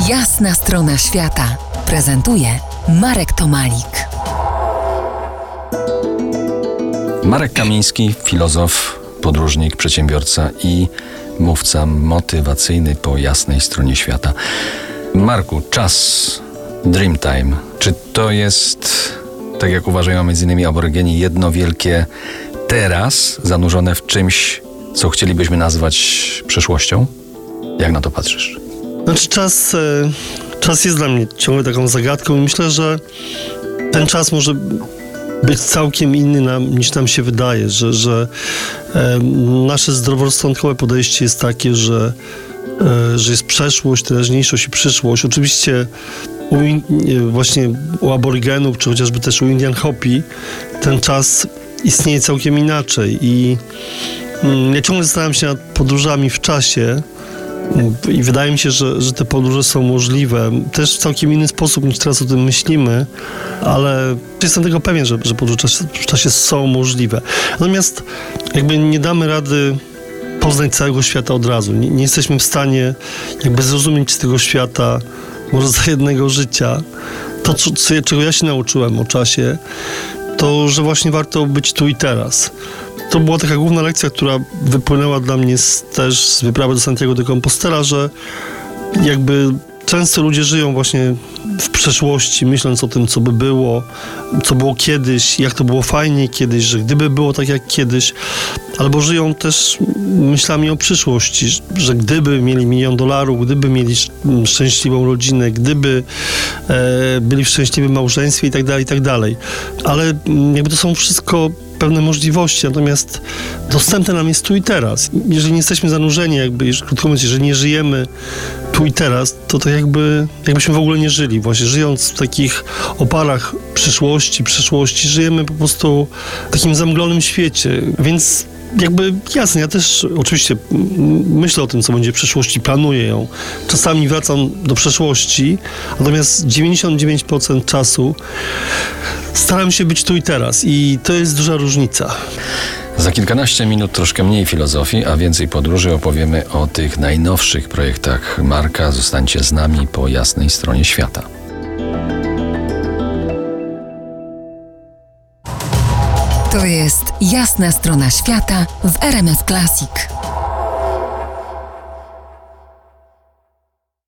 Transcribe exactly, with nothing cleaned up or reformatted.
Jasna strona świata prezentuje Marek Tomalik. Marek Kamiński, filozof, podróżnik, przedsiębiorca i mówca motywacyjny po jasnej stronie świata. Marku, czas, Dreamtime. Czy to jest, tak jak uważają między innymi aborygeni, jedno wielkie teraz zanurzone w czymś, co chcielibyśmy nazwać przeszłością? Jak na to patrzysz? Znaczy czas, czas jest dla mnie ciągle taką zagadką i myślę, że ten czas może być całkiem inny nam, niż nam się wydaje, że, że e, nasze zdroworozsądkowe podejście jest takie, że, e, że jest przeszłość, teraźniejszość i przyszłość. Oczywiście u, właśnie u aborygenów, czy chociażby też u Indian Hopi ten czas istnieje całkiem inaczej i mm, ja ciągle zastanawiam się nad podróżami w czasie i wydaje mi się, że, że te podróże są możliwe też w całkiem inny sposób niż teraz o tym myślimy, ale jestem tego pewien, że, że podróże w czasie są możliwe. Natomiast jakby nie damy rady poznać całego świata od razu. Nie, nie jesteśmy w stanie jakby zrozumieć tego świata może za jednego życia. To, co, czego ja się nauczyłem o czasie, to, że właśnie warto być tu i teraz. To była taka główna lekcja, która wypłynęła dla mnie z, też z wyprawy do Santiago de Compostela, że jakby często ludzie żyją właśnie w przeszłości, myśląc o tym, co by było, co było kiedyś, jak to było fajnie kiedyś, że gdyby było tak jak kiedyś, albo żyją też myślami o przyszłości, że gdyby mieli milion dolarów, gdyby mieli szczęśliwą rodzinę, gdyby e, byli w szczęśliwym małżeństwie i tak dalej, i tak dalej. Ale jakby to są wszystko pewne możliwości, natomiast dostępne nam jest tu i teraz. Jeżeli nie jesteśmy zanurzeni, jakby, krótko mówiąc, jeżeli nie żyjemy tu i teraz, to to jakby, jakbyśmy w ogóle nie żyli. Właśnie żyjąc w takich oparach przyszłości, przeszłości, żyjemy po prostu w takim zamglonym świecie. Więc jakby jasne, ja też oczywiście myślę o tym, co będzie w przyszłości, planuję ją. Czasami wracam do przeszłości, natomiast dziewięćdziesiąt dziewięć procent czasu staram się być tu i teraz i to jest duża różnica. Za kilkanaście minut troszkę mniej filozofii, a więcej podróży. Opowiemy o tych najnowszych projektach Marka. Zostańcie z nami po jasnej stronie świata. To jest Jasna strona świata w R M F Classic.